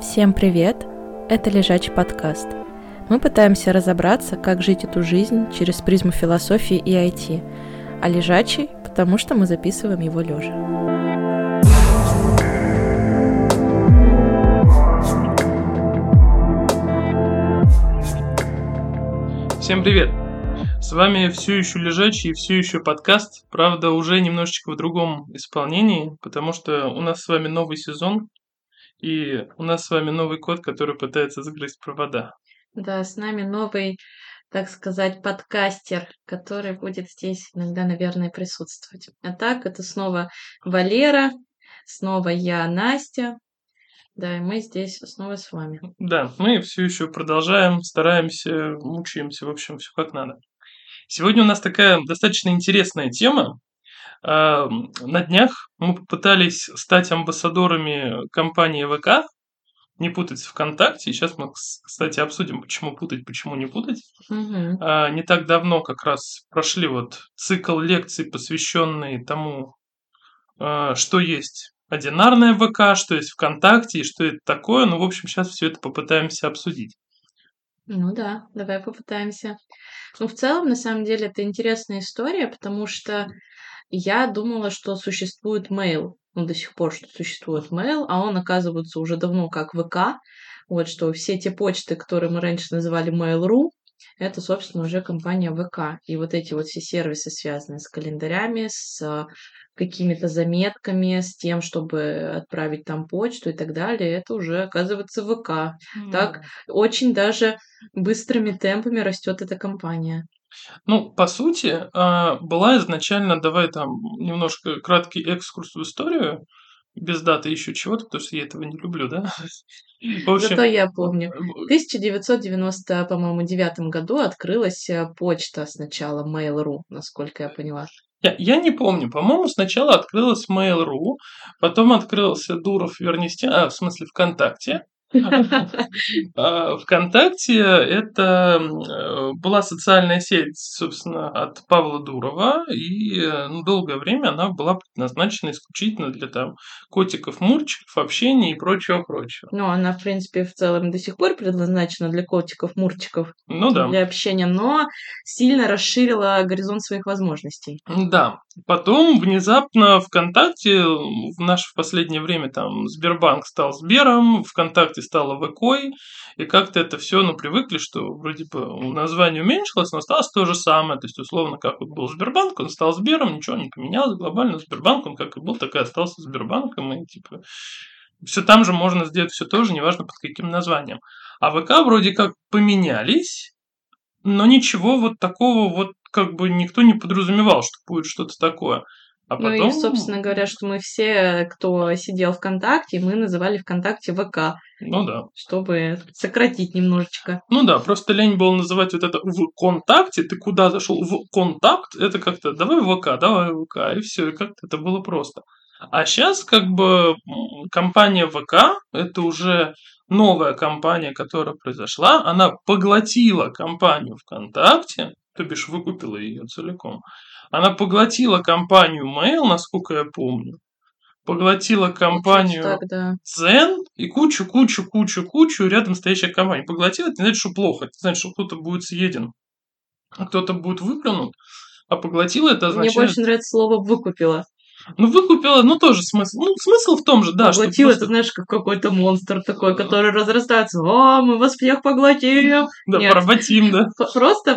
Всем привет! Это Лежачий подкаст. Мы пытаемся разобраться, как жить эту жизнь через призму философии и IT. А лежачий, потому что мы записываем его лежа. Всем привет! С вами все еще Лежачий и все еще подкаст, правда уже немножечко в другом исполнении, потому что у нас с вами новый сезон, и у нас с вами новый кот, который пытается загрызть провода. Да, с нами новый, так сказать, подкастер, который будет здесь иногда, наверное, присутствовать. А так, это снова Валера, снова я, Настя. Да, и мы здесь снова с вами. Да, мы все еще продолжаем, стараемся, мучаемся, в общем, все как надо. Сегодня у нас такая достаточно интересная тема. На днях мы попытались стать амбассадорами компании ВК, не путать с ВКонтакте. Сейчас мы, кстати, обсудим, почему путать, почему не путать. Угу. Не так давно как раз прошли вот цикл лекций, посвященный тому, что есть одинарное ВК, что есть ВКонтакте и что это такое. Ну, в общем, сейчас все это попытаемся обсудить. Ну да, давай попытаемся. Ну, в целом, на самом деле, это интересная история, потому что я думала, что существует Mail, ну, до сих пор, что существует Mail, а он, оказывается, уже давно как ВК. Вот что все те почты, которые мы раньше называли Mail.ru, это, собственно, уже компания ВК. И вот эти вот все сервисы, связанные с календарями, с какими-то заметками, с тем, чтобы отправить там почту и так далее, это уже, оказывается, ВК. Так очень даже быстрыми темпами растет эта компания. Ну, по сути, была изначально, давай там немножко краткий экскурс в историю, без даты еще чего-то, потому что я этого не люблю, да? В общем, Зато я помню. В 1990, по-моему, 9 году открылась почта сначала Mail.ru, насколько я поняла. Я не помню, по-моему, сначала открылась Mail.ru, потом открылся Дуров Вернистян, в смысле ВКонтакте. ВКонтакте это была социальная сеть, собственно, от Павла Дурова, и долгое время она была предназначена исключительно для там котиков, мурчиков, общения и прочего-прочего. Ну, она, в принципе, в целом до сих пор предназначена для котиков, мурчиков, Ну да. для общения, но сильно расширила горизонт своих возможностей. Да, потом внезапно ВКонтакте, в наше в последнее время там Сбербанк стал Сбером, ВКонтакте стало ВКой, и как-то это все, ну, привыкли, что вроде бы название уменьшилось, но осталось то же самое, то есть, условно, как вот был Сбербанк, он стал Сбером, ничего не поменялось, глобально Сбербанк, он как и был, так и остался Сбербанком, и типа все там же можно сделать все то же, неважно под каким названием. А ВК вроде как поменялись, но ничего вот такого вот как бы никто не подразумевал, что будет что-то такое. А Ну и, потом... собственно говоря, что мы все, кто сидел ВКонтакте, мы называли ВКонтакте ВК, Ну да. чтобы сократить немножечко. Ну да, просто лень было называть вот это в контакте, ты куда зашел в контакт, это как-то давай в ВК, и все, и как-то это было просто. А сейчас как бы компания ВК, это уже новая компания, которая произошла, она поглотила компанию ВКонтакте, то бишь выкупила ее целиком. Она поглотила компанию Mail, насколько я помню, поглотила компанию Так, да. Zen и кучу рядом стоящих компаний. Поглотила, это не значит, что плохо, это значит, что кто-то будет съеден, а кто-то будет выплюнут. А поглотила это Мне означает... больше нравится слово «выкупила». Ну, выкупила, ну, тоже смысл. Ну, смысл в том же, да, что Поглотил, просто... это, знаешь, как какой-то монстр такой, который разрастается. О, мы вас всех поглотим. Да, Нет, поработим, да. просто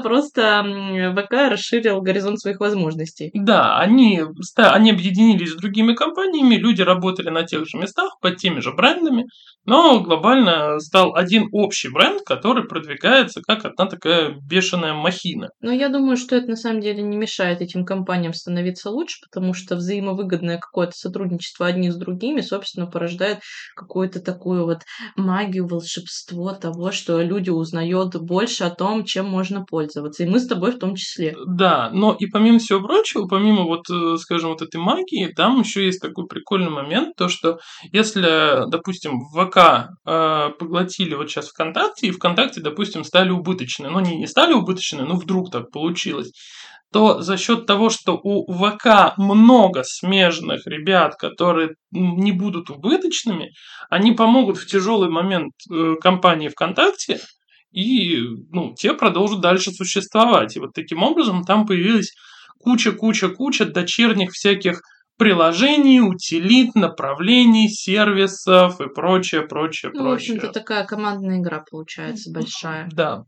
ВК расширил горизонт своих возможностей. Да, они объединились с другими компаниями, люди работали на тех же местах, под теми же брендами, но глобально стал один общий бренд, который продвигается как одна такая бешеная махина. Но я думаю, что это на самом деле не мешает этим компаниям становиться лучше, потому что взаимовыгодное какое-то сотрудничество одни с другими, собственно, порождает какую-то такую вот магию, волшебство того, что люди узнают больше о том, чем можно пользоваться. И мы с тобой в том числе. Да, но и помимо всего прочего, помимо вот, скажем, вот этой магии, там еще есть такой прикольный момент, то что если, допустим, в ВК поглотили вот сейчас ВКонтакте, и ВКонтакте, допустим, стали убыточны, но они не стали убыточны, но вдруг так получилось, то за счет того, что у ВК много смежных ребят, которые не будут убыточными, они помогут в тяжелый момент компании ВКонтакте, и те продолжат дальше существовать. И вот таким образом там появилась куча дочерних всяких приложений, утилит, направлений, сервисов и прочее. Ну, в общем-то, такая командная игра получается большая. Да.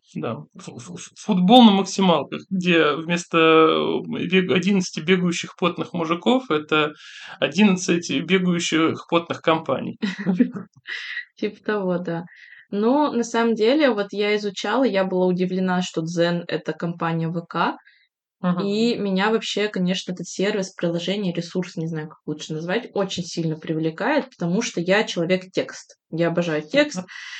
Футбол на максималках, где вместо 11 бегающих потных мужиков это 11 бегающих потных компаний. Типа того, да. Но на самом деле, вот я изучала, я была удивлена, что Дзен — это компания ВК. И меня вообще, конечно, этот сервис, приложение, ресурс, не знаю, как лучше назвать, очень сильно привлекает, потому что я человек-текст. Я обожаю текст.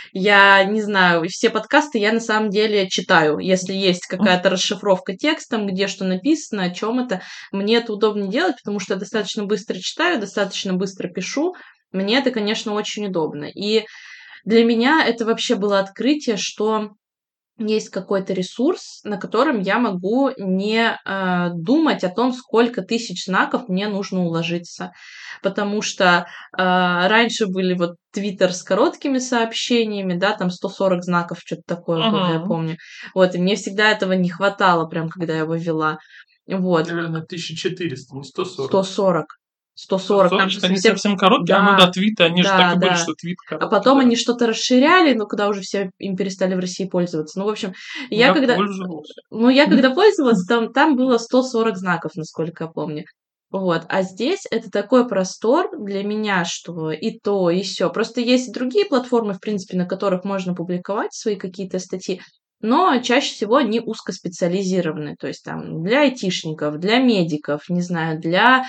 Я не знаю, все подкасты я на самом деле читаю. Если есть какая-то расшифровка текстом, где что написано, о чем это, мне это удобно делать, потому что я достаточно быстро читаю, достаточно быстро пишу. Мне это, конечно, очень удобно. И для меня это вообще было открытие, что есть какой-то ресурс, на котором я могу не думать о том, сколько тысяч знаков мне нужно уложиться. Потому что раньше были вот Твиттер с короткими сообщениями, да, там 140 знаков, что-то такое было, я помню. Вот, и мне всегда этого не хватало, прям когда я его вела. Вот. Наверное, 1400, не 140. 140. 140. Там же они совсем короткие, твиты, они же так и были, что твит короткий. А потом они что-то расширяли, но когда уже все им перестали в России пользоваться. Ну, в общем, я когда пользовалась, там было 140 знаков, насколько я помню. Вот. А здесь это такой простор для меня, что и то, и сё. Просто есть и другие платформы, в принципе, на которых можно публиковать свои какие-то статьи, но чаще всего они узкоспециализированы, то есть там для айтишников, для медиков, не знаю, для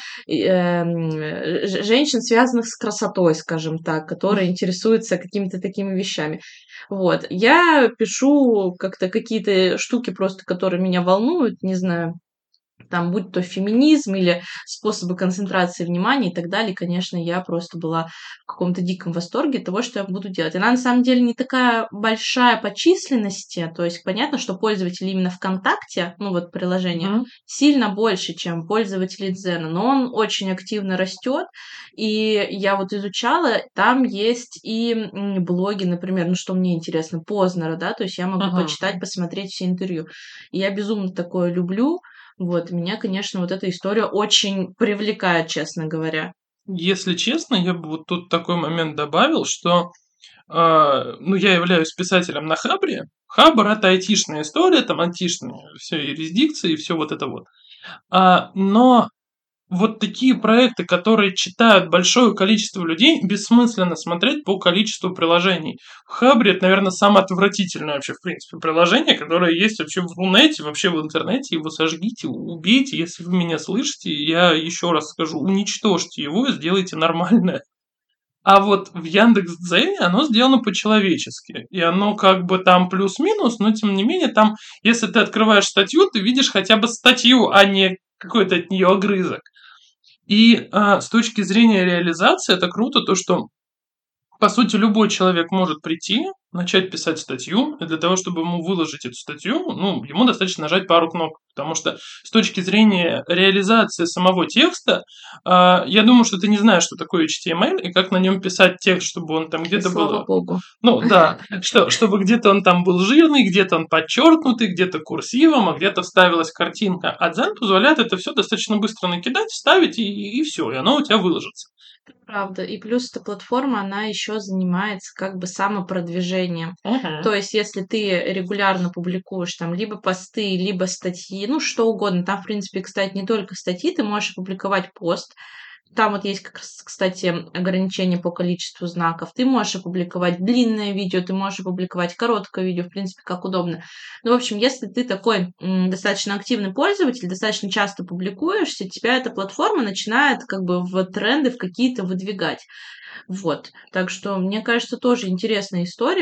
женщин, связанных с красотой, скажем так, которые интересуются какими-то такими вещами. Вот. Я пишу как-то какие-то штуки просто, которые меня волнуют, не знаю, там, будь то феминизм или способы концентрации внимания и так далее, конечно, я просто была в каком-то диком восторге от того, что я буду делать. Она, на самом деле, не такая большая по численности, то есть понятно, что пользователи именно ВКонтакте, ну вот приложение, сильно больше, чем пользователи Дзена, но он очень активно растет, и я вот изучала, там есть и блоги, например, ну что мне интересно, Познера, да, то есть я могу почитать, посмотреть все интервью. И я безумно такое люблю. Вот, меня, конечно, вот эта история очень привлекает, честно говоря. Если честно, я бы вот тут такой момент добавил, что я являюсь писателем на Хабре. Хабр — это айтишная история, там айтишные все юрисдикции и все вот это вот. Но вот такие проекты, которые читают большое количество людей, бессмысленно смотреть по количеству приложений. В Хабре это, наверное, самое отвратительное вообще, в принципе, приложение, которое есть вообще в Рунете, вообще в интернете. Его сожгите, убейте, если вы меня слышите. Я еще раз скажу, уничтожьте его и сделайте нормальное. А вот в Яндекс.Дзене оно сделано по-человечески. И оно как бы там плюс-минус, но тем не менее там, если ты открываешь статью, ты видишь хотя бы статью, а не какой-то от нее огрызок. И с точки зрения реализации это круто, то что по сути любой человек может прийти, начать писать статью, и для того, чтобы ему выложить эту статью, ему достаточно нажать пару кнопок, потому что с точки зрения реализации самого текста, я думаю, что ты не знаешь, что такое HTML и как на нем писать текст, чтобы он там где-то был. Слава богу. Чтобы где-то он там был жирный, где-то он подчеркнутый, где-то курсивом, а где-то вставилась картинка. А Дзен позволяет это все достаточно быстро накидать, вставить и все, и оно у тебя выложится. Правда. И плюс эта платформа, она еще занимается как бы самопродвижением. То есть, если ты регулярно публикуешь там либо посты, либо статьи, ну что угодно. Там, в принципе, кстати, не только статьи, ты можешь опубликовать пост. Там вот есть, кстати, ограничение по количеству знаков. Ты можешь опубликовать длинное видео, ты можешь опубликовать короткое видео, в принципе, как удобно. Ну, в общем, если ты такой достаточно активный пользователь, достаточно часто публикуешься, тебя эта платформа начинает как бы в тренды в какие-то выдвигать. Вот. Так что, мне кажется, тоже интересная история.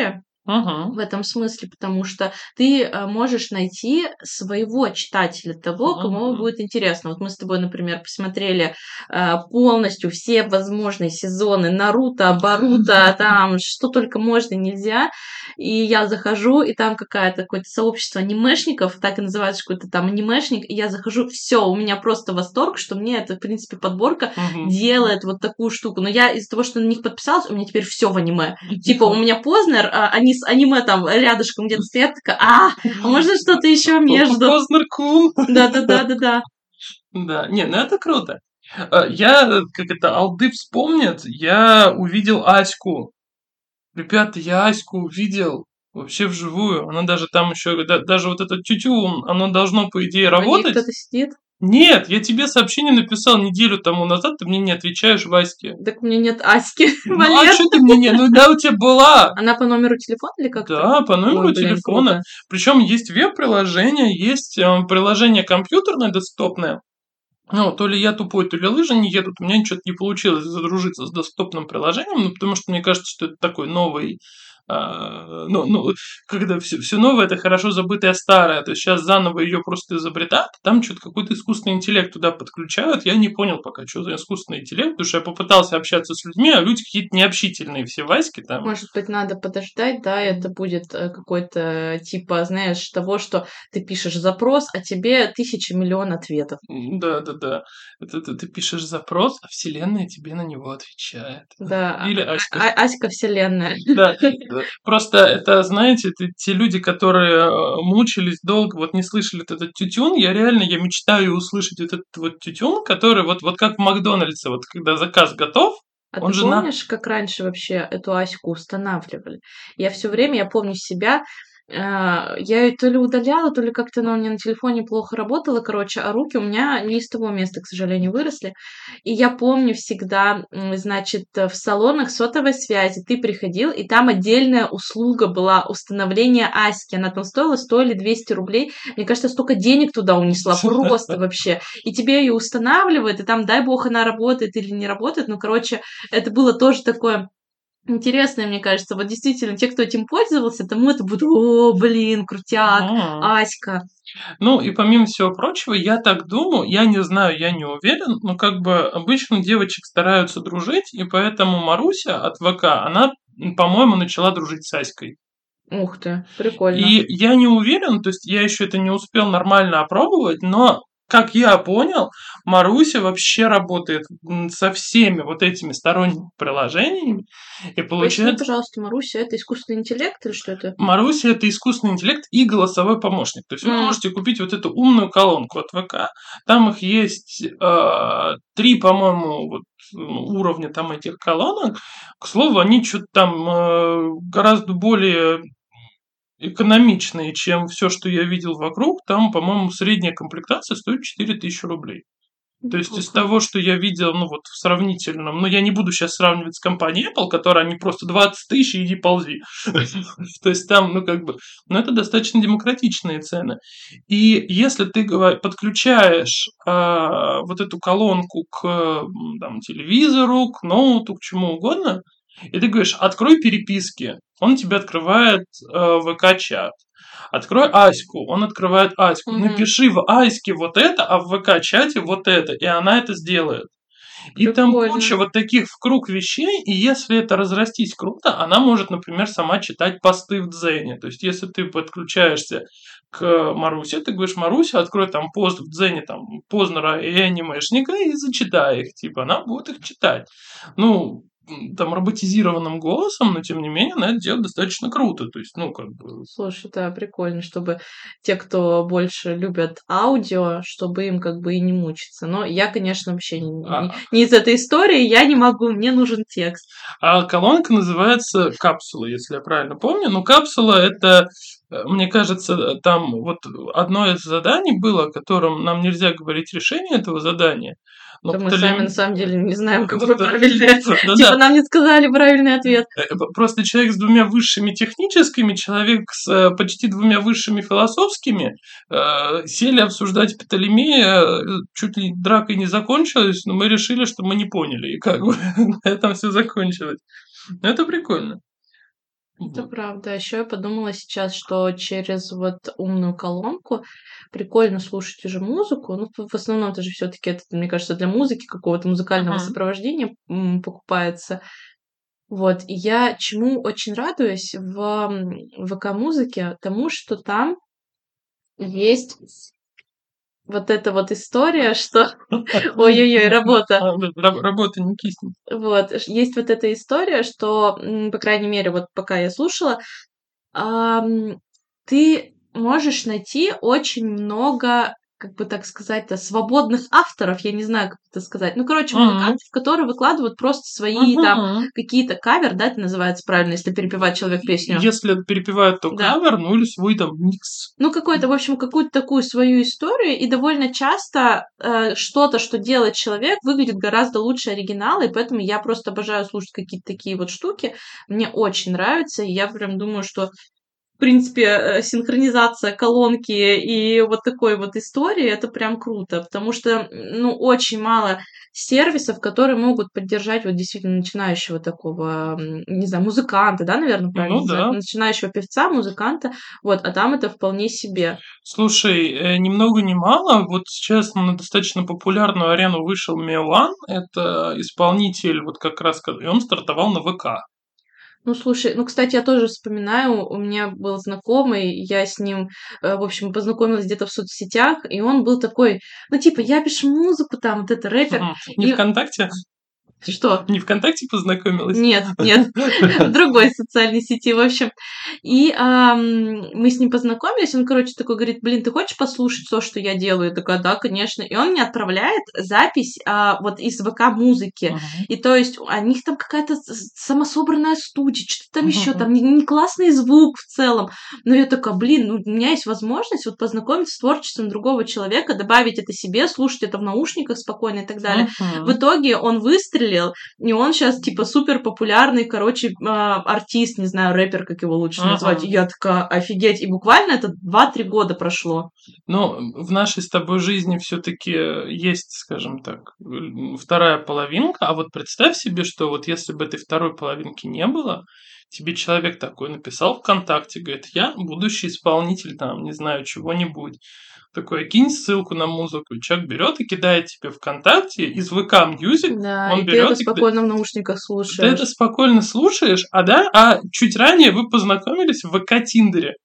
в этом смысле, потому что ты можешь найти своего читателя, того, кому будет интересно. Вот мы с тобой, например, посмотрели полностью все возможные сезоны Наруто, Боруто, там что только можно, нельзя. И я захожу, и там какое-то сообщество анимешников, так и называется, какой-то там анимешник, и я захожу, все, у меня просто восторг, что мне эта, в принципе, подборка делает вот такую штуку. Но я из-за того, что на них подписалась, у меня теперь все в аниме. Типа, у меня Познер, они с аниме там рядышком где-то стоят, такая, а можно что-то еще между? Познер-кун. Да. Да, не, ну это круто. Я, алды вспомнят, я увидел Аську. Ребята, я Аську увидел вообще вживую. Она даже там еще, даже вот этот тютю, оно должно, по идее, работать. Кто-то сидит? Нет, я тебе сообщение написал неделю тому назад, ты мне не отвечаешь, Ваське. Так у меня нет Аськи. Ну, а что ты мне не... Ну, да, у тебя была. Она по номеру телефона или как-то? Да, по номеру телефона. Причем есть веб-приложение, есть приложение компьютерное, десктопное. Ну, то ли я тупой, то ли лыжи не едут. У меня что-то не получилось задружиться с десктопным приложением, потому что мне кажется, что это такой новый... когда все новое, это хорошо забытое старое. То есть сейчас заново ее просто изобретают, там что-то какой-то искусственный интеллект туда подключают. Я не понял пока, что за искусственный интеллект, потому что я попытался общаться с людьми, а люди какие-то необщительные все, Васьки там. Может быть, надо подождать, да, это будет какой-то типа, знаешь, того, что ты пишешь запрос, а тебе 1000 миллион ответов. Да. Ты пишешь запрос, а вселенная тебе на него отвечает. Да, или Аська. Аська вселенная. Да, просто это, знаете, те люди, которые мучились долго, вот не слышали этот тютюн, я мечтаю услышать этот вот тютюн, который вот как в Макдональдсе, вот когда заказ готов. А ты помнишь, как раньше вообще эту Аську устанавливали? Я помню себя, я ее то ли удаляла, то ли как-то она у меня на телефоне плохо работала, короче, а руки у меня не из того места, к сожалению, выросли. И я помню всегда, значит, в салонах сотовой связи ты приходил, и там отдельная услуга была установления Аськи. Она там стоила 100 или 200 рублей. Мне кажется, столько денег туда унесла просто вообще. И тебе ее устанавливают, и там, дай бог, она работает или не работает. Ну, короче, это было тоже такое... интересное, мне кажется. Вот действительно, те, кто этим пользовался, тому это будет, о, блин, крутяк, Аська. Ну, и помимо всего прочего, я так думаю, я не знаю, я не уверен, но как бы обычно девочек стараются дружить, и поэтому Маруся от ВК, она, по-моему, начала дружить с Аськой. Ух ты, прикольно. И я не уверен, то есть я еще это не успел нормально опробовать, но как я понял, Маруся вообще работает со всеми вот этими сторонними приложениями. И получается... Поясни, пожалуйста, Маруся, это искусственный интеллект или что это? Маруся – это искусственный интеллект и голосовой помощник. То есть вы можете купить вот эту умную колонку от ВК. Там их есть 3, по-моему, вот, уровня там этих колонок. К слову, они что-то там гораздо более экономичные, чем все, что я видел вокруг. Там, по-моему, средняя комплектация стоит 4000 рублей. То есть из того, что я видел, ну вот в сравнительном, но я не буду сейчас сравнивать с компанией Apple, которая они просто 20 тысяч, иди ползи. То есть там, ну как бы, но это достаточно демократичные цены. И если ты подключаешь вот эту колонку к телевизору, к ноуту, к чему угодно, и ты говоришь, открой переписки, он тебе открывает ВК-чат. Открой Аську, он открывает Аську. Напиши в Аське вот это, а в ВК-чате вот это, и она это сделает. И там куча вот таких в круг вещей, и если это разрастись круто, она может, например, сама читать посты в Дзене. То есть, если ты подключаешься к Марусе, ты говоришь, Маруся, открой там пост в Дзене, там, Познера и анимешника, и зачитай их, типа, она будет их читать. Ну, там роботизированным голосом, но тем не менее она это делает достаточно круто. То есть, ну, как бы... Слушай, да, прикольно, чтобы те, кто больше любят аудио, чтобы им как бы и не мучиться. Но я, конечно, вообще не из этой истории, я не могу, мне нужен текст. А колонка называется «Капсула», если я правильно помню. Но «Капсула» — это, мне кажется, там вот одно из заданий было, о котором нам нельзя говорить решение этого задания. Но мы сами на самом деле не знаем, какой правильный ответ. Типа нам не сказали правильный ответ. Просто человек с 2 высшими техническими, человек с почти 2 высшими философскими сели обсуждать Птолемея, чуть ли дракой не закончилась, но мы решили, что мы не поняли, и как бы на этом все закончилось. Но это прикольно. Это Вот. правда. Еще я подумала сейчас, что через вот умную колонку прикольно слушать уже музыку. Ну, в основном это же все-таки, это, мне кажется, для музыки какого-то музыкального Мгм. сопровождения покупается. Вот. И я чему очень радуюсь в ВК-музыке, тому, что там есть вот эта вот история, что... Ой-ой-ой, работа. Да, работа не киснет. Вот. Есть вот эта история, что, по крайней мере, вот пока я слушала, ты можешь найти очень много, как бы так сказать-то, свободных авторов, я не знаю, как это сказать. Ну, короче, Мгм. музыкантов, которые выкладывают просто свои там Мгм. какие-то кавер, да, это называется правильно, если перепевает человек песню. Если перепевают, то Да. кавер, ну или свой там микс. Ну, какой-то, в общем, какую-то такую свою историю, и довольно часто что-то, что делает человек, выглядит гораздо лучше оригинала, и поэтому я просто обожаю слушать какие-то такие вот штуки. Мне очень нравится, и я прям думаю, что в принципе, синхронизация колонки и вот такой вот истории — это прям круто, потому что, ну, очень мало сервисов, которые могут поддержать вот действительно начинающего такого, не знаю, музыканта, да, наверное, правильно Ну сказать, да. начинающего певца, музыканта, вот, а там это вполне себе. Слушай, ни много ни мало, вот сейчас на достаточно популярную арену вышел Мейлан, это исполнитель, вот как раз, и он стартовал на ВК. Ну, слушай, ну, кстати, я тоже вспоминаю, у меня был знакомый, я с ним, в общем, познакомилась где-то в соцсетях, и он был такой, ну, типа, я пишу музыку, там, вот это рэпер, Не и ВКонтакте? что? Не ВКонтакте познакомилась? Нет, нет, в другой социальной сети, в общем. И мы с ним познакомились, он, короче, такой говорит, блин, ты хочешь послушать то, что я делаю? Я такая, да, конечно. И он мне отправляет запись вот из ВК-музыки. Мгм. И то есть у них там какая-то самособранная студия, что-то там еще, Мгм. там не классный звук в целом. Но я такая, блин, ну у меня есть возможность вот познакомиться с творчеством другого человека, добавить это себе, слушать это в наушниках спокойно и так далее. В Мгм. итоге он выстрелил, и он сейчас типа супер популярный, короче, артист, не знаю, рэпер, как его лучше назвать. И Мгм. я такая, офигеть. И буквально это 2-3 года прошло. Но в нашей с тобой жизни все-таки есть, скажем так, вторая половинка. А вот представь себе, что вот если бы этой второй половинки не было, тебе человек такой написал ВКонтакте, говорит, я будущий исполнитель, там, не знаю, чего-нибудь. Такой, кинь ссылку на музыку. И человек берет и кидает тебе ВКонтакте из ВК Music. Да, Он и ты это берет и спокойно в наушниках ты это слушаешь. спокойно слушаешь, а чуть ранее вы познакомились в ВК Тиндере.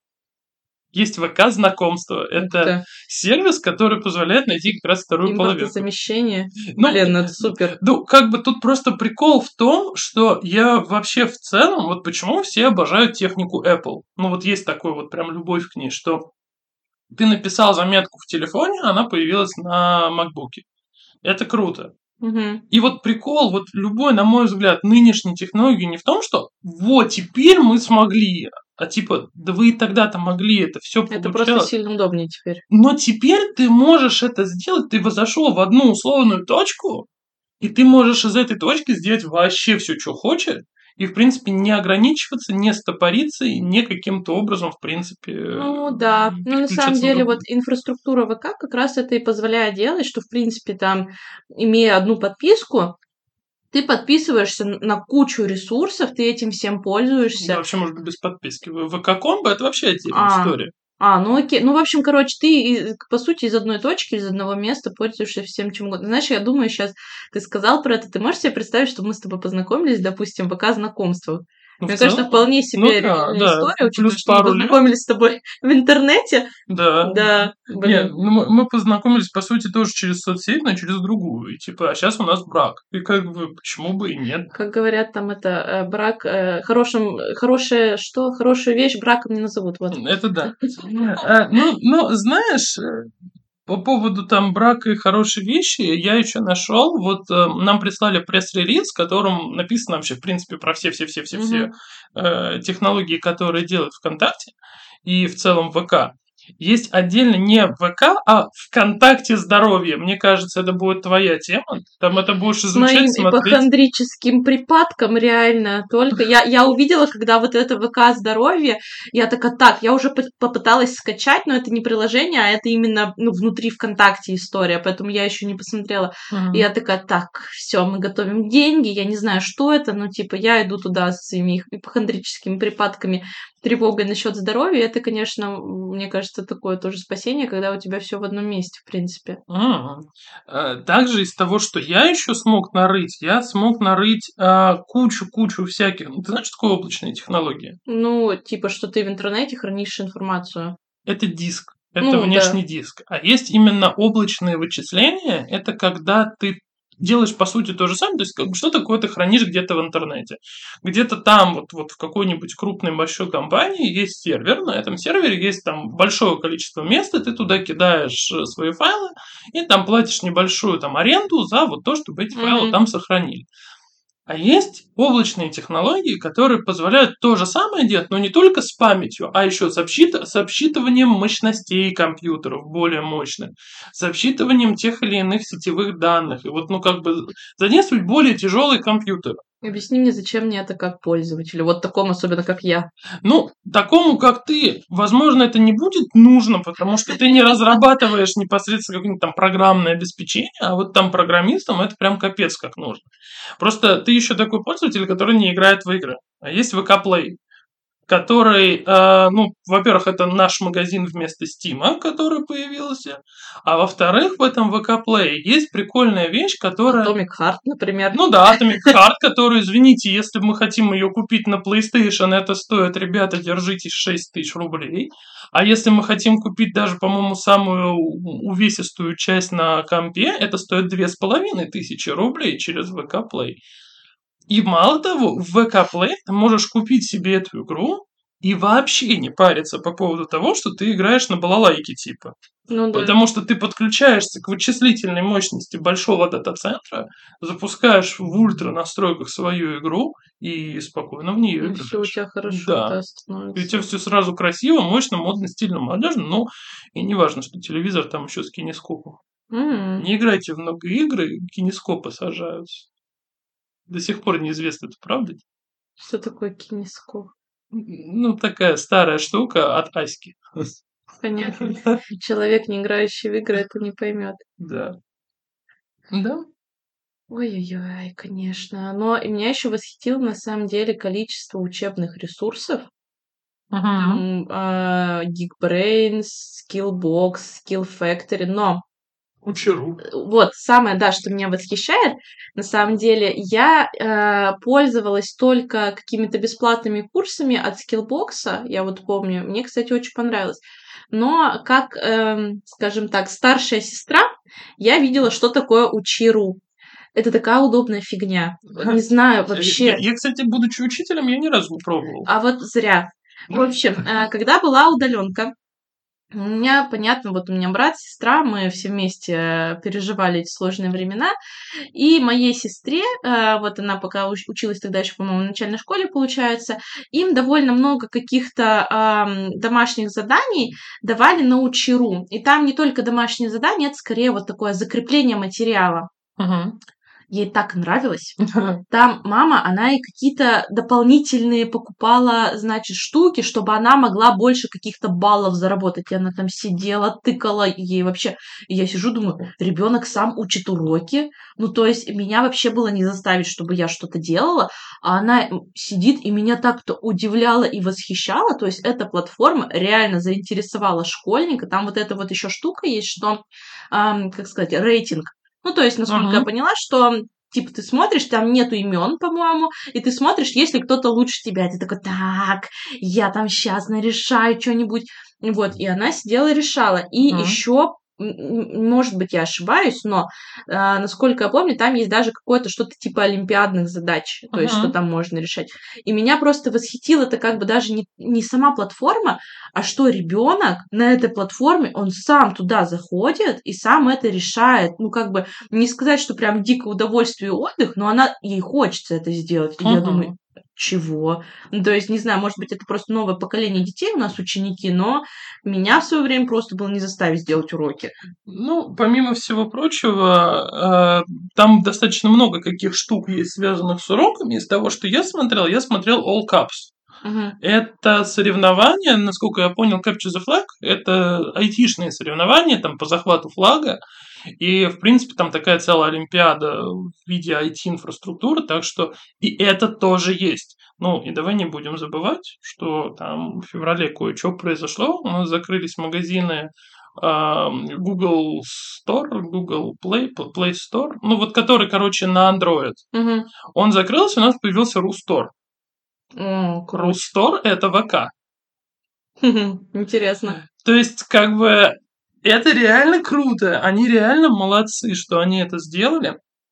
Есть ВК знакомство. Ух Это ты. сервис, который позволяет найти как раз вторую половинку. Импортозамещение. Ну, Блин, ну это супер. ну, как бы тут просто прикол в том, что я вообще в целом, вот почему все обожают технику Apple. Ну, вот есть такой вот прям любовь к ней, что ты написал заметку в телефоне, она появилась на MacBook. Это круто. Мгм. И вот прикол, вот любой, на мой взгляд, нынешней технологии не в том, что вот теперь мы смогли, а типа, да вы и тогда-то могли, это все Это просто получалось. сильно удобнее теперь. Но теперь ты можешь это сделать, ты зашел в одну условную точку, и ты можешь из этой точки сделать вообще все, что хочешь, и, в принципе, не ограничиваться, не стопориться и не каким-то образом, в принципе, Ну да, ну на самом переключаться на деле вот другую. инфраструктура ВК как раз это и позволяет делать, что в принципе там, имея одну подписку, ты подписываешься на кучу ресурсов, ты этим всем Да, пользуешься. вообще, может быть, без подписки. ВК-комбо – это вообще отдельная А, история. ну окей. Ну, в общем, короче, ты, по сути, из одной точки, из одного места пользуешься всем чем угодно. Знаешь, я думаю, сейчас ты сказал про это, ты можешь себе представить, что мы с тобой познакомились, допустим, пока знакомства? Ну, в Мне кажется, целом, вполне ну себе да, реальная да. история, учитывая, Плюс что мы пару лет. познакомились с тобой в интернете. Да. Да, Не, блин. ну мы познакомились, по сути, тоже через соцсеть, но через другую. И типа, а сейчас у нас брак. И как бы, почему бы и нет? Как говорят, там это брак хорошую вещь браком не назовут. Вот. Это да. Ну, знаешь, по поводу там брака и хорошей вещи, я еще нашел, вот нам прислали пресс-релиз, в котором написано вообще, в принципе, про все Мгм. технологии, которые делают ВКонтакте и в целом ВК. Есть отдельно не ВК, а ВКонтакте здоровье. Мне кажется, это будет твоя тема. Там это будешь С изучать, моим смотреть. ипохондрическим припадком реально только. Я увидела, когда вот это ВК здоровье, я такая, так, я уже попыталась скачать, но это не приложение, а это именно внутри ВКонтакте история, поэтому я еще не посмотрела. И я такая, так, все, мы готовим деньги, я не знаю, что это, но типа я иду туда с своими ипохондрическими припадками, тревогой насчет здоровья. Это, конечно, мне кажется, такое тоже спасение, когда у тебя все в одном месте, в принципе. Также из того, что я еще смог нарыть, кучу всяких. Ну, ты знаешь, что такое облачные технологии? Ну, типа, что ты в интернете хранишь информацию. Это диск, это Ну, внешний да. диск. А есть именно облачные вычисления, это когда ты делаешь, по сути, то же самое. То есть, что такое ты хранишь где-то в интернете? Где-то там, вот в какой-нибудь крупной большой компании есть сервер, на этом сервере есть там большое количество места, ты туда кидаешь свои файлы, и там платишь небольшую там аренду за вот то, чтобы эти файлы там сохранили. А есть облачные технологии, которые позволяют то же самое делать, но не только с памятью, а еще с обсчитыванием мощностей компьютеров более мощных, с обсчитыванием тех или иных сетевых данных. И вот, задействовать более тяжелый компьютер. Объясни мне, зачем мне это как пользователю, вот такому, особенно как я. Ну, такому, как ты, возможно, это не будет нужно, потому что ты не разрабатываешь непосредственно какое-нибудь там программное обеспечение, а вот там программистам это прям капец как нужно. Просто ты еще такой пользователь, который не играет в игры. А есть VK Play, который, во-первых, это наш магазин вместо Steam, который появился, а во-вторых, в этом VK Play есть прикольная вещь, которая... Atomic Heart, например. Ну да, Atomic Heart, которую, извините, если мы хотим ее купить на PlayStation, это стоит, ребята, держитесь, 6 тысяч рублей. А если мы хотим купить даже, по-моему, самую увесистую часть на компе, это стоит 2500 рублей через VK Play. И мало того, в VK Play ты можешь купить себе эту игру и вообще не париться по поводу того, что ты играешь на балалайке типа. Ну да. Потому что ты подключаешься к вычислительной мощности большого дата-центра, запускаешь в ультра настройках свою игру и спокойно в нее играешь. Все у тебя хорошо, да, становится. И у тебя все сразу красиво, мощно, модно, стильно, молодежно, но и не важно, что телевизор там еще с кинескопом. Не играйте в много игр, кинескопы сажаются. До сих пор неизвестно, это правда? Что такое кинескоп? Ну, такая старая штука от Аськи. Понятно. Человек, не играющий в игры, это не поймет. Да. Да. Ой-ой-ой, конечно. Но и меня еще восхитило на самом деле количество учебных ресурсов. Там Geekbrains, Skillbox, Skill Factory, но Учеру. вот самое, да, что меня восхищает, на самом деле, я пользовалась только какими-то бесплатными курсами от Skillbox, я вот помню, мне, кстати, очень понравилось. Но как, скажем так, старшая сестра, я видела, что такое Учи.ру. Это такая удобная фигня. Не знаю вообще. Я, кстати, будучи учителем, я ни разу не пробовал. А вот зря. В общем, когда была удаленка, у меня, понятно, вот у меня брат, сестра, мы все вместе переживали эти сложные времена, и моей сестре, вот она пока училась тогда еще, по-моему, в начальной школе, получается, им довольно много каких-то домашних заданий давали на Учи.ру, и там не только домашние задания, это скорее вот такое закрепление материала. Ей так нравилось. Там мама, она ей какие-то дополнительные покупала, значит, штуки, чтобы она могла больше каких-то баллов заработать. И она там сидела, тыкала ей вообще. И я сижу, думаю, ребенок сам учит уроки. Ну, то есть меня вообще было не заставить, чтобы я что-то делала. А она сидит и меня так-то удивляла и восхищала. То есть эта платформа реально заинтересовала школьника. Там вот эта вот еще штука есть, что, как сказать, рейтинг. Ну, то есть, насколько я поняла, что, типа, ты смотришь, там нету имен, по-моему, и ты смотришь, если кто-то лучше тебя. Ты такой, так, я там сейчас нарешаю что-нибудь. Вот, и она сидела и решала. И еще, может быть, я ошибаюсь, но, насколько я помню, там есть даже какое-то что-то типа олимпиадных задач, то есть, что там можно решать. И меня просто восхитило это как бы даже не сама платформа, а что ребенок на этой платформе, он сам туда заходит и сам это решает. Ну, как бы, не сказать, что прям дико удовольствие и отдых, но ей хочется это сделать. И я думаю, чего? Ну, то есть, не знаю, может быть, это просто новое поколение детей у нас ученики, но меня в свое время просто было не заставить сделать уроки. Ну, помимо всего прочего, там достаточно много каких штук есть, связанных с уроками. Из того, что я смотрел All Caps. Это соревнования, насколько я понял, Capture the Flag, это айтишные соревнования там по захвату флага, и, в принципе, там такая целая олимпиада в виде IT-инфраструктуры, так что и это тоже есть. Ну, и давай не будем забывать, что там в феврале кое-что произошло, у нас закрылись магазины Google Store, Google Play Store, ну, вот который, короче, на Android. Он закрылся, у нас появился Рустор. Рустор – это ВК. Интересно. То есть, как бы, это реально круто. Они реально молодцы, что они это сделали.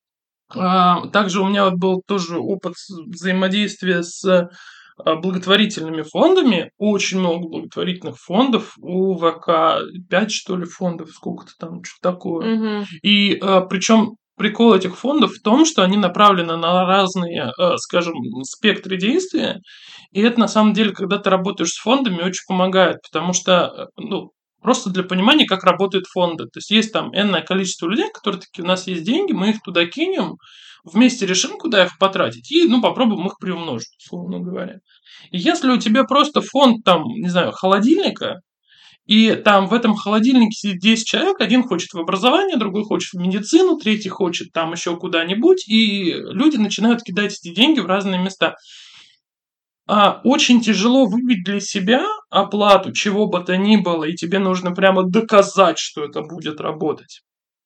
Также у меня вот был тоже опыт взаимодействия с благотворительными фондами. Очень много благотворительных фондов. У ВК 5, что ли, фондов, сколько-то там, что-то такое. И причем прикол этих фондов в том, что они направлены на разные, скажем, спектры действия. И это, на самом деле, когда ты работаешь с фондами, очень помогает, потому что, ну, просто для понимания, как работают фонды. То есть, есть там энное количество людей, которые такие, у нас есть деньги, мы их туда кинем, вместе решим, куда их потратить, и, ну, попробуем их приумножить, условно говоря. И если у тебя просто фонд, там, не знаю, холодильника, и там в этом холодильнике сидит 10 человек, один хочет в образование, другой хочет в медицину, третий хочет там еще куда-нибудь, и люди начинают кидать эти деньги в разные места. Очень тяжело выбить для себя оплату чего бы то ни было, и тебе нужно прямо доказать, что это будет работать.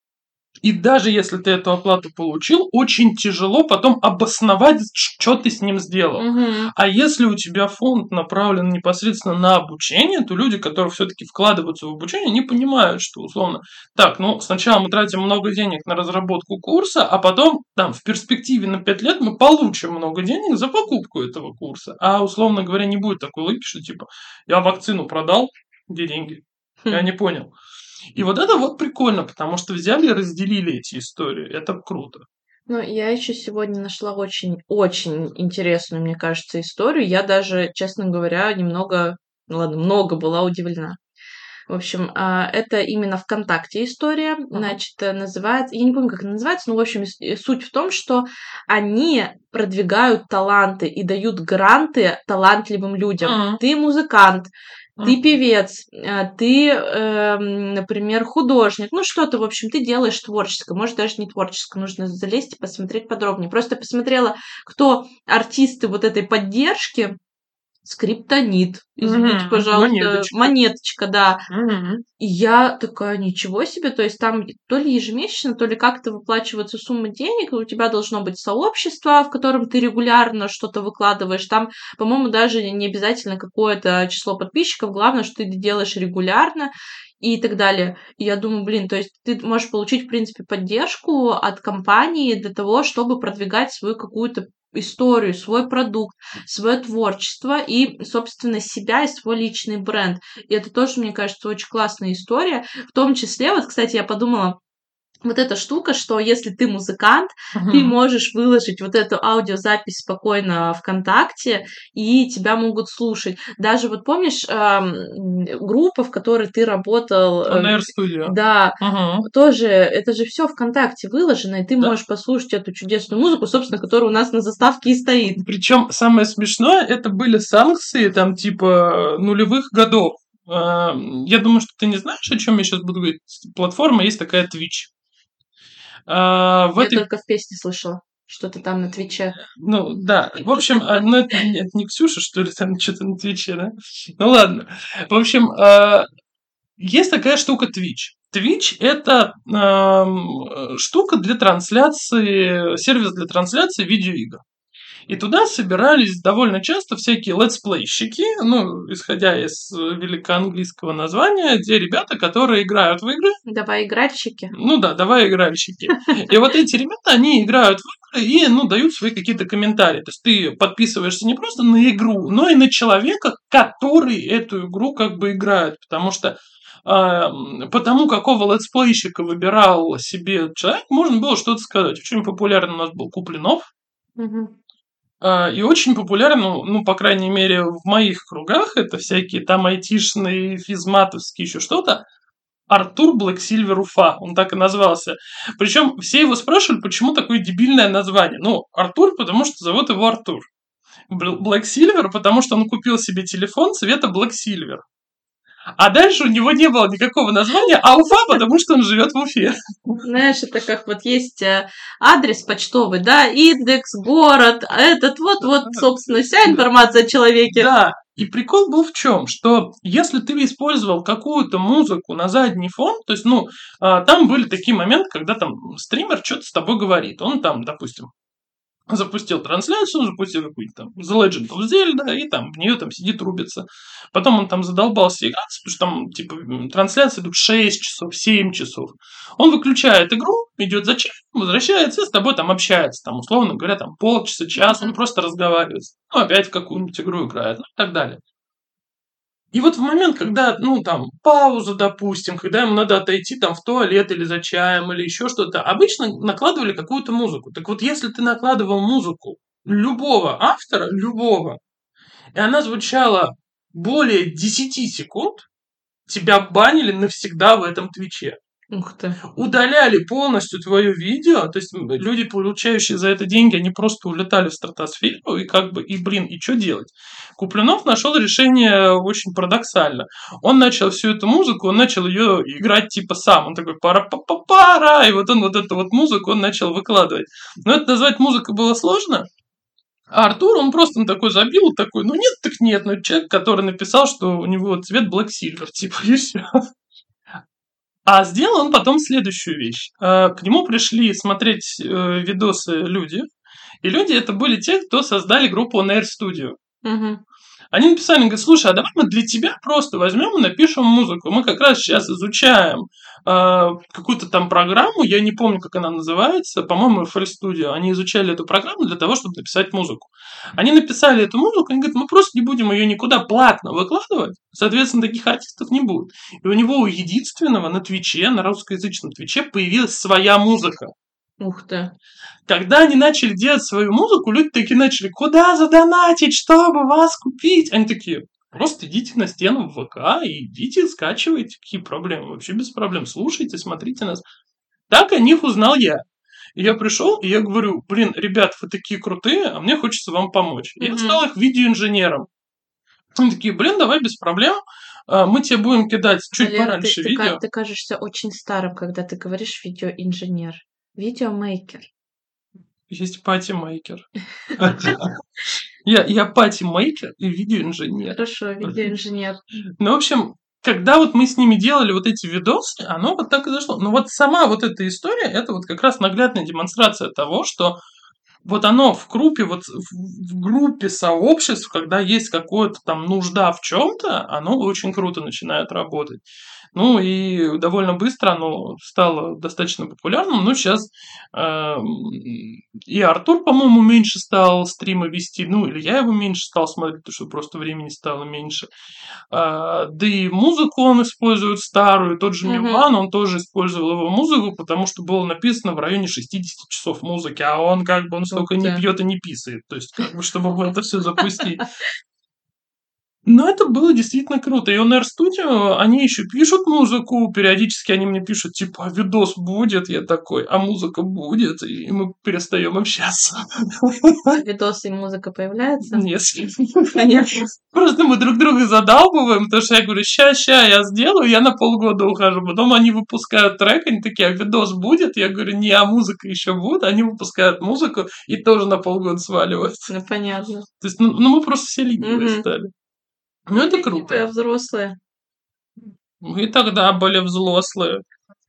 И даже если ты эту оплату получил, очень тяжело потом обосновать, что ты с ним сделал. А если у тебя фонд направлен непосредственно на обучение, то люди, которые все-таки вкладываются в обучение, они понимают, что условно, так, ну сначала мы тратим много денег на разработку курса, а потом там в перспективе на 5 лет мы получим много денег за покупку этого курса. А условно говоря, не будет такой логики, что типа я вакцину продал, где деньги? Я не понял. И вот это вот прикольно, потому что взяли и разделили эти истории. Это круто. Ну, я еще сегодня нашла очень-очень интересную, мне кажется, историю. Я даже, честно говоря, немного, ну ладно, много была удивлена. В общем, это именно ВКонтакте история. Значит, называется, я не помню, как это называется, но, в общем, суть в том, что они продвигают таланты и дают гранты талантливым людям. Ты музыкант, ты певец, ты, например, художник, ну что-то, в общем, ты делаешь творческое, может, даже не творческое, нужно залезть и посмотреть подробнее. Просто посмотрела, кто артисты вот этой поддержки. Скриптонит, извините, пожалуйста, монеточка, да. И я такая, ничего себе, то есть там то ли ежемесячно, то ли как-то выплачивается сумма денег, и у тебя должно быть сообщество, в котором ты регулярно что-то выкладываешь. Там, по-моему, даже не обязательно какое-то число подписчиков, главное, что ты делаешь регулярно и так далее. И я думаю, блин, то есть ты можешь получить, в принципе, поддержку от компании для того, чтобы продвигать свою какую-то историю, свой продукт, свое творчество и, собственно, себя и свой личный бренд. И это тоже, мне кажется, очень классная история. В том числе, вот, кстати, я подумала, вот эта штука, что если ты музыкант, ты можешь выложить вот эту аудиозапись спокойно ВКонтакте, и тебя могут слушать. Даже вот помнишь группа, в которой ты работал? On Air Studio. Да, тоже, это же все ВКонтакте выложено, и ты можешь послушать эту чудесную музыку, собственно, которая у нас на заставке и стоит. Причем самое смешное, это были санкции там типа нулевых годов. Я думаю, что ты не знаешь, о чем я сейчас буду говорить. Платформа есть такая Twitch. Я только в песне слышала. Что-то там на Твиче. Ну, да. В общем, ну, это не Ксюша, что ли, там что-то на Твиче, да? Ну, ладно. В общем, есть такая штука Twitch. Twitch – это штука для трансляции, сервис для трансляции видеоигр. И туда собирались довольно часто всякие летсплейщики, ну, исходя из великоанглийского названия, те ребята, которые играют в игры. Давай игральщики. Ну да, давай игральщики. И вот эти ребята, они играют в игры и, ну, дают свои какие-то комментарии. То есть ты подписываешься не просто на игру, но и на человека, который эту игру как бы играет. Потому что потому какого летсплейщика выбирал себе человек, можно было что-то сказать. Очень популярный у нас был Куплинов. И очень популярен, ну, по крайней мере, в моих кругах, это всякие там айтишные, физматовские, еще что-то, Артур Блэксильвер Уфа, он так и назвался. Причем все его спрашивали, почему такое дебильное название. Ну, Артур, потому что зовут его Артур. Блэксильвер, потому что он купил себе телефон цвета Блэксильвер. А дальше у него не было никакого названия, а Уфа, потому что он живет в Уфе. Знаешь, это как вот есть адрес почтовый, да, индекс, город, этот вот, собственно, вся информация о человеке. Да, и прикол был в чем, что если ты использовал какую-то музыку на задний фон, то есть, ну, там были такие моменты, когда там стример что-то с тобой говорит, он там, допустим, запустил трансляцию, запустил какую-нибудь там The Legend of Zelda, и там в нее там сидит, рубится. Потом он там задолбался играть, потому что там, типа, трансляции идут 6 часов, 7 часов. Он выключает игру, идет за чаем, возвращается и с тобой там общается, там, условно говоря, там полчаса, час, он просто разговаривает. Ну, опять в какую-нибудь игру играет, ну, и так далее. И вот в момент, когда, ну, там, пауза, допустим, когда ему надо отойти там в туалет или за чаем или еще что-то, обычно накладывали какую-то музыку. Так вот, если ты накладывал музыку любого автора, любого, и она звучала более 10 секунд, тебя банили навсегда в этом твиче. Ух ты. Удаляли полностью твое видео, то есть люди, получающие за это деньги, они просто улетали в стратосферу, и как бы, и блин, и что делать? Куплинов нашел решение очень парадоксально. Он начал всю эту музыку, он начал ее играть типа сам, он такой пара-па-па-пара, и вот он вот эту вот музыку он начал выкладывать. Но это назвать музыкой было сложно, а Артур, он просто такой забил, такой, ну нет, так нет, ну человек, который написал, что у него цвет Black Silver, типа, и все. А сделал он потом следующую вещь. К нему пришли смотреть видосы люди, и люди это были те, кто создали группу Nair Studio. Угу. Они написали, говорят, слушай, а давай мы для тебя просто возьмем и напишем музыку. Мы как раз сейчас изучаем какую-то там программу, я не помню, как она называется, по-моему, FL Studio. Они изучали эту программу для того, чтобы написать музыку. Они написали эту музыку, они говорят, мы просто не будем ее никуда платно выкладывать, соответственно, таких артистов не будет. И у него у единственного на Твиче, на русскоязычном Твиче появилась своя музыка. Ух ты. Когда они начали делать свою музыку, люди такие начали, куда задонатить, чтобы вас купить? Они такие, просто идите на стену в ВК и идите, скачивайте. Какие проблемы? Вообще без проблем. Слушайте, смотрите нас. Так о них узнал я. И я пришел, и я говорю, блин, ребят, вы такие крутые, а мне хочется вам помочь. И я стал их видеоинженером. Они такие, блин, давай без проблем. Мы тебе будем кидать чуть Валер, пораньше видео. Ты кажешься очень старым, когда ты говоришь видеоинженер. Видеомейкер. Есть пати-мейкер. Я пати-мейкер и видеоинженер. Хорошо, видеоинженер. Ну, в общем, когда вот мы с ними делали вот эти видосы, оно вот так и зашло. Но вот сама вот эта история, это вот как раз наглядная демонстрация того, что вот оно в группе, вот в группе сообществ, когда есть какая-то там нужда в чем-то, оно очень круто начинает работать. Ну и довольно быстро оно стало достаточно популярным. Ну, сейчас и Артур, по-моему, меньше стал стримы вести, ну, или я его меньше стал смотреть, потому что просто времени стало меньше. Да и музыку он использует старую, тот же Милан, он тоже использовал его музыку, потому что было написано в районе 60 часов музыки, а он как бы он столько не пьет и не писает, то есть как бы чтобы это все запустить. Но это было действительно круто. И у Nair Studio, они еще пишут музыку, периодически они мне пишут, типа, а видос будет? Я такой, а музыка будет? И мы перестаем общаться. Видосы и музыка появляются? Нет. Понятно. Просто мы друг друга задалбываем, потому что я говорю, ща, я сделаю, я на полгода ухожу. Потом они выпускают трек, они такие, а видос будет? Я говорю, не, а музыка еще будет. Они выпускают музыку и тоже на полгода сваливаются. Ну, понятно. То есть, ну мы просто все ленивые стали. Ну, это круто. Я взрослая. Мы тогда были взрослые.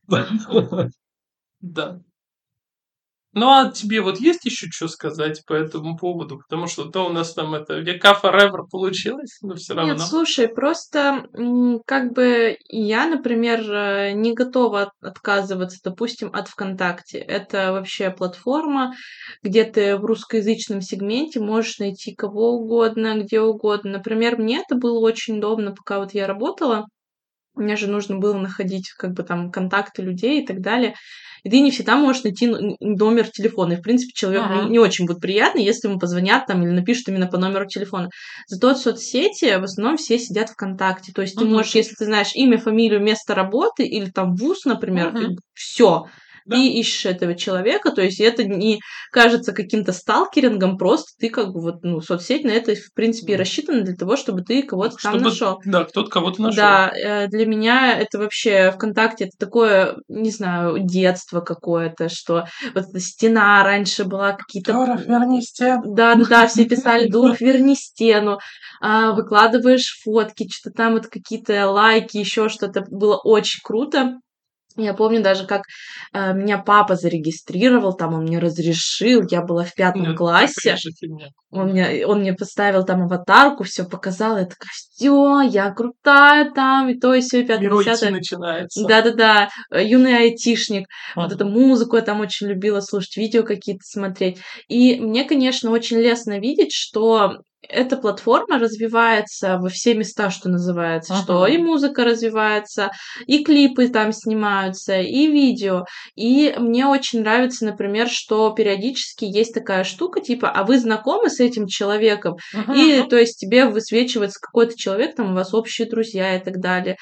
Да. Ну, а тебе вот есть еще что сказать по этому поводу? Потому что то у нас там это века forever получилось, но все равно. Нет, слушай, просто как бы я, например, не готова отказываться, допустим, от ВКонтакте. Это вообще платформа, где ты в русскоязычном сегменте можешь найти кого угодно, где угодно. Например, мне это было очень удобно, пока вот я работала. Мне же нужно было находить как бы там контакты людей и так далее. И ты не всегда можешь найти номер телефона. И, в принципе, человеку не очень будет приятно, если ему позвонят там или напишут именно по номеру телефона. Зато в соцсети в основном все сидят ВКонтакте. То есть ты можешь, если ты знаешь имя, фамилию, место работы или там вуз, например, все. Да. Ты ищешь этого человека, то есть это не кажется каким-то сталкерингом, просто ты как бы вот, соцсеть на это, в принципе, и рассчитана для того, чтобы ты кого-то там нашел. Да, кто-то кого-то нашел. Да, для меня это вообще ВКонтакте это такое, не знаю, детство какое-то, что вот эта стена раньше была какие-то... Дуров, верни стену. Да, все писали «Дуров, верни стену», выкладываешь фотки, что-то там вот какие-то лайки, еще что-то. Было очень круто. Я помню даже, как меня папа зарегистрировал, там он мне разрешил, я была в 5 классе. Он мне поставил там аватарку, все показал, я такая, все, я крутая там, и то, и все, и 5-10. начинается. Да, юный айтишник. Вот эту музыку я там очень любила слушать, видео какие-то смотреть. И мне, конечно, очень лестно видеть, что эта платформа развивается во все места, что называется, что и музыка развивается, и клипы там снимаются, и видео. И мне очень нравится, например, что периодически есть такая штука, типа, а вы знакомы с этим человеком? И, то есть, тебе высвечивается какой-то человек, там, у вас общие друзья и так далее.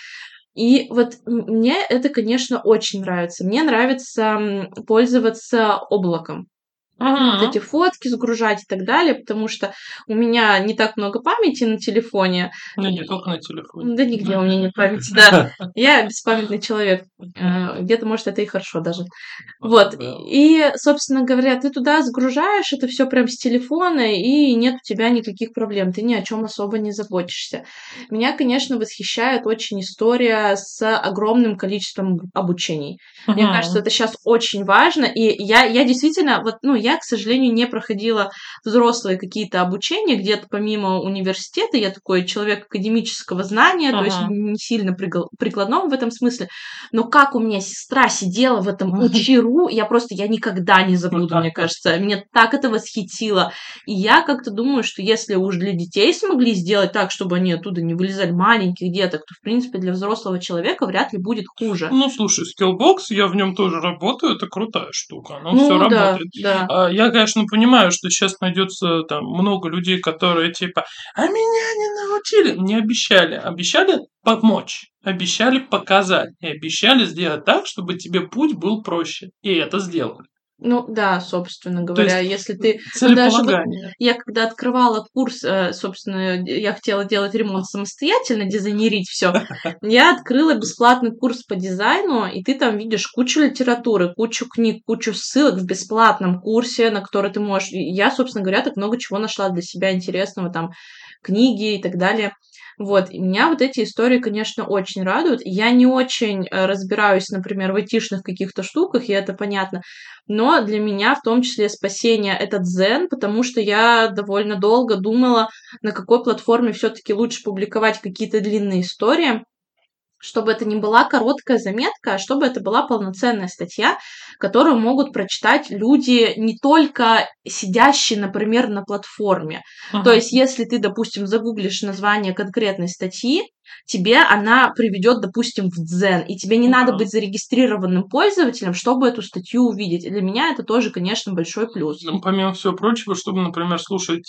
И вот мне это, конечно, очень нравится. Мне нравится пользоваться облаком. Вот эти фотки загружать и так далее, потому что у меня не так много памяти на телефоне. Ну, не только на телефоне. Да нигде у меня нет памяти, да. Я беспамятный человек. Где-то, может, это и хорошо даже. Вот. И, собственно говоря, ты туда загружаешь это все прям с телефона, и нет у тебя никаких проблем. Ты ни о чем особо не заботишься. Меня, конечно, восхищает очень история с огромным количеством обучений. Мне кажется, это сейчас очень важно. И я действительно, я, к сожалению, не проходила взрослые какие-то обучения, где-то помимо университета, я такой человек академического знания, то есть не сильно прикладного в этом смысле, но как у меня сестра сидела в этом учиру, я никогда не забуду, мне кажется, меня так это восхитило, и я как-то думаю, что если уж для детей смогли сделать так, чтобы они оттуда не вылезали, маленьких деток, то, в принципе, для взрослого человека вряд ли будет хуже. Ну, слушай, Skillbox, я в нем тоже работаю, это крутая штука, оно все работает. Да. Я, конечно, понимаю, что сейчас найдется там много людей, которые типа, а меня не научили, не обещали, обещали помочь, обещали показать и обещали сделать так, чтобы тебе путь был проще, и это сделали. Ну да, собственно говоря, если ты... Целеполагание. Я когда открывала курс, собственно, я хотела делать ремонт самостоятельно, дизайнерить все. Я открыла бесплатный курс по дизайну, и ты там видишь кучу литературы, кучу книг, кучу ссылок в бесплатном курсе, на который ты можешь... Я, собственно говоря, так много чего нашла для себя интересного, там, книги и так далее. Вот, и меня вот эти истории, конечно, очень радуют. Я не очень разбираюсь, например, в айтишных каких-то штуках, и это понятно, но для меня в том числе спасение — это дзен, потому что я довольно долго думала, на какой платформе все-таки лучше публиковать какие-то длинные истории, чтобы это не была короткая заметка, а чтобы это была полноценная статья, которую могут прочитать люди, не только сидящие, например, на платформе. То есть, если ты, допустим, загуглишь название конкретной статьи, тебе она приведет, допустим, в дзен, и тебе не надо быть зарегистрированным пользователем, чтобы эту статью увидеть. И для меня это тоже, конечно, большой плюс. Ну, помимо всего прочего, чтобы, например, слушать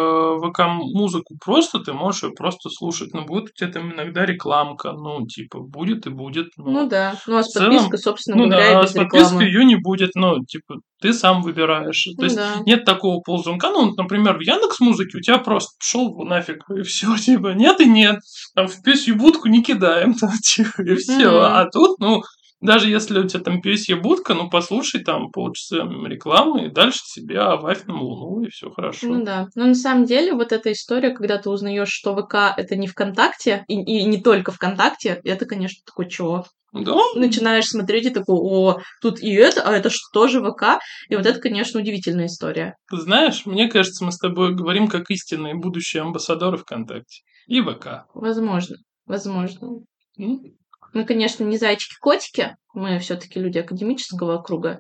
ВК-музыку просто, ты можешь ее просто слушать, но будет у тебя там иногда рекламка, типа, будет и будет. Ну да, а с подпиской, собственно говоря, и без с подпиской ее не будет, типа, ты сам выбираешь. То есть нет такого ползунка. Например, в Яндекс.Музыке у тебя просто шел нафиг, и все, типа, нет и нет. Там в пёсью будку не кидаем, там, типа, и все. А тут, даже если у тебя там пёсья будка, послушай там полчаса рекламы, и дальше себе авафь на Луну, и все хорошо. Ну да. Но на самом деле вот эта история, когда ты узнаешь, что ВК — это не ВКонтакте, и не только ВКонтакте, это, конечно, такой чего. Да. Начинаешь смотреть и такой, о, тут и это, а это что, тоже ВК? И вот это, конечно, удивительная история. Ты знаешь, мне кажется, мы с тобой говорим как истинные будущие амбассадоры ВКонтакте и ВК. Возможно. Мы, конечно, не зайчики-котики, мы все-таки люди академического круга.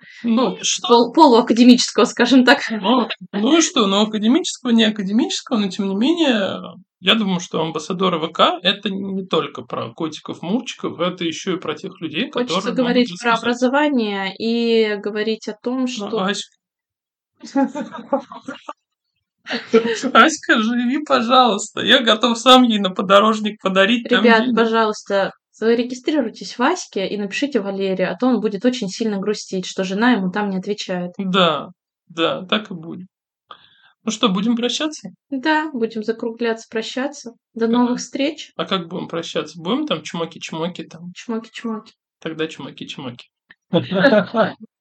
Полуакадемического, скажем так. Ну и что, академического, не академического, но тем не менее, Я думаю, что амбассадоры ВК – это не только про котиков-мурчиков, это еще и про тех людей, Хочется которые могут говорить про рассказать. образование и говорить о том, что... Аська, живи, пожалуйста. Я готов сам ей на подорожник подарить. Ребят, пожалуйста, зарегистрируйтесь в Аське и напишите Валерию, а то он будет очень сильно грустить, что жена ему там не отвечает. Да, так и будет. Ну что, будем прощаться? Да, будем закругляться, прощаться. До новых встреч. А как будем прощаться? Будем там чмоки-чмоки там? Чмоки-чмоки. Тогда чмоки-чмоки.